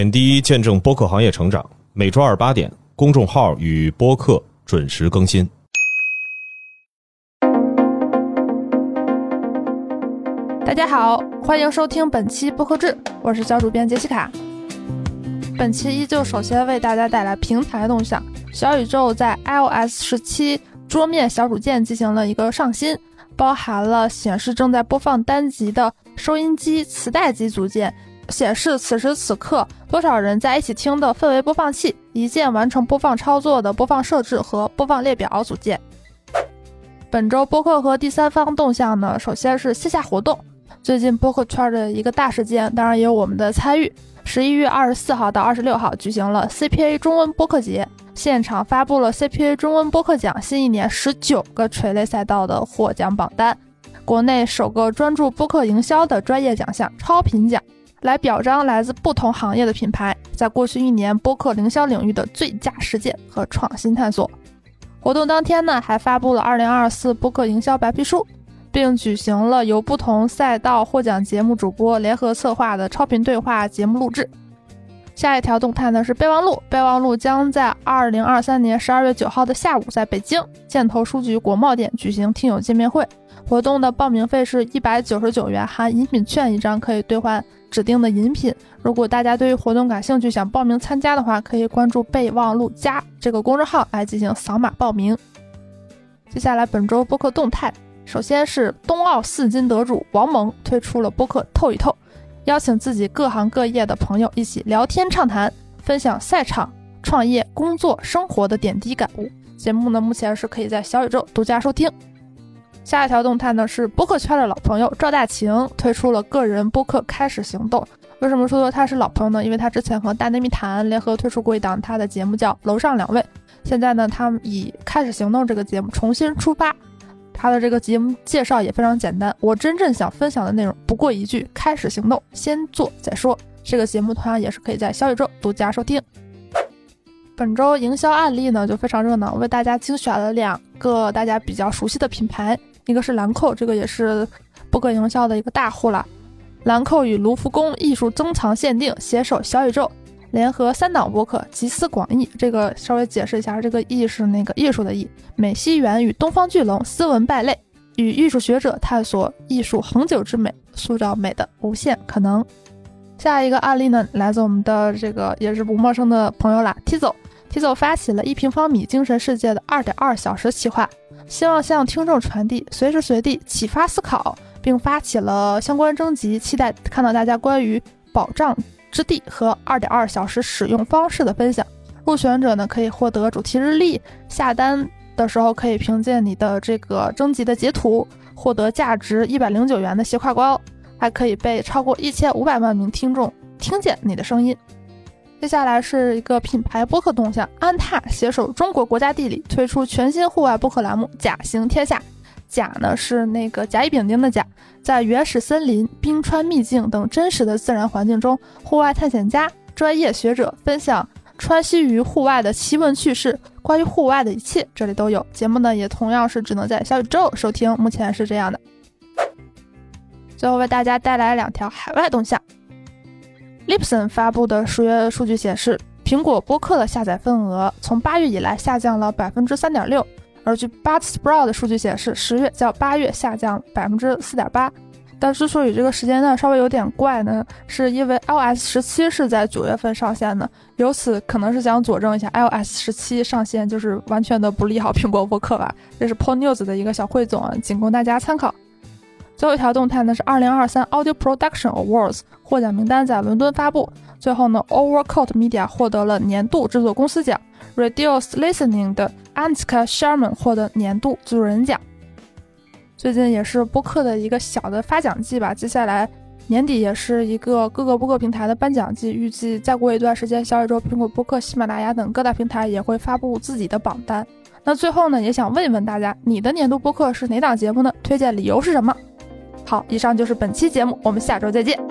点滴见证播客行业成长，每周28点，公众号与播客准时更新。 大家好，欢迎收听本期播客志，我是小主编杰西卡。本期依旧首先为大家带来平台动向。小宇宙在 iOS 17桌面小组件进行了一个上新，包含了显示正在播放单集的收音机、磁带机组件，显示此时此刻多少人在一起听的氛围播放器，一键完成播放操作的播放设置和播放列表组件。本周播客和第三方动向呢，首先是线下活动。最近播客圈的一个大事件，当然也有我们的参与。11月24号到26号举行了 CPA 中文播客节，现场发布了 CPA 中文播客奖新一年19个垂类赛道的获奖榜单，国内首个专注播客营销的专业奖项超品奖，来表彰来自不同行业的品牌在过去一年播客营销领域的最佳实践和创新探索。活动当天呢，还发布了2024播客营销白皮书，并举行了由不同赛道获奖节目主播联合策划的超频对话节目录制。下一条动态呢是备忘录，备忘录将在2023年12月9号的下午在北京箭头书局国贸店举行听友见面会。活动的报名费是199元，含饮品券一张，可以兑换指定的饮品。如果大家对于活动感兴趣，想报名参加的话，可以关注备忘录加这个公众号来进行扫码报名。接下来本周播客动态，首先是冬奥4金得主王蒙推出了播客透一透，邀请自己各行各业的朋友一起聊天畅谈，分享赛场、创业、工作、生活的点滴感悟。节目呢目前是可以在小宇宙独家收听。下一条动态呢是播客圈的老朋友赵大晴推出了个人播客开始行动。为什么说他是老朋友呢？因为他之前和大内密谈联合推出过一档他的节目叫楼上两位，现在呢他们以开始行动这个节目重新出发。他的这个节目介绍也非常简单，我真正想分享的内容不过一句，开始行动，先做再说。这个节目同样也是可以在小宇宙独家收听。本周营销案例呢就非常热闹，为大家精选了2个大家比较熟悉的品牌，一个是兰蔻，这个也是播客营销的一个大户了。兰蔻与卢浮宫艺术珍藏限定携手小宇宙，联合3档播客集思广益。这个稍微解释一下，这个艺是那个艺术的艺，美西园与东方巨龙斯文败类，与艺术学者探索艺术恒久之美，塑造美的无限可能。下一个案例呢，来自我们的这个也是不陌生的朋友啦 Tizo 发起了1平方米精神世界的2.2小时企划，希望向听众传递随时随地启发思考，并发起了相关征集，期待看到大家关于保障之地和2.2小时使用方式的分享。入选者呢可以获得主题日历，下单的时候可以凭借你的这个征集的截图获得价值109元的斜挎包，还可以被超过1500万名听众听见你的声音。接下来是一个品牌播客动向，安踏携手中国国家地理推出全新户外播客栏目甲行天下。甲呢是那个甲乙丙丁的甲，在原始森林、冰川秘境等真实的自然环境中，户外探险家、专业学者分享穿梭于户外的奇闻趣事，关于户外的一切这里都有。节目呢也同样是只能在小宇宙收听，目前是这样的。最后为大家带来2条海外动向。Libsyn 发布的10月数据显示，苹果播客的下载份额从8月以来下降了 3.6%， 而据 Buzzsprout 的数据显示，10月较8月下降 4.8%。 但之所以这个时间段稍微有点怪呢，是因为 iOS 17是在9月份上线的，由此可能是想佐证一下 iOS 17上线就是完全的不利好苹果播客吧。这是 Pod News 的一个小汇总啊，仅供大家参考。最后一条动态呢是2023 Audio Production Awards 获奖名单在伦敦发布。最后呢 Overcoat Media 获得了年度制作公司奖， Reduced Listening 的 Antika Sherman 获得年度制作人奖。最近也是播客的一个小的发奖季吧，接下来年底也是一个各个播客平台的颁奖季，预计再过一段时间，小宇宙、苹果播客、喜马拉雅等各大平台也会发布自己的榜单。那最后呢，也想问一问大家，你的年度播客是哪档节目呢？推荐理由是什么？好，以上就是本期节目，我们下周再见。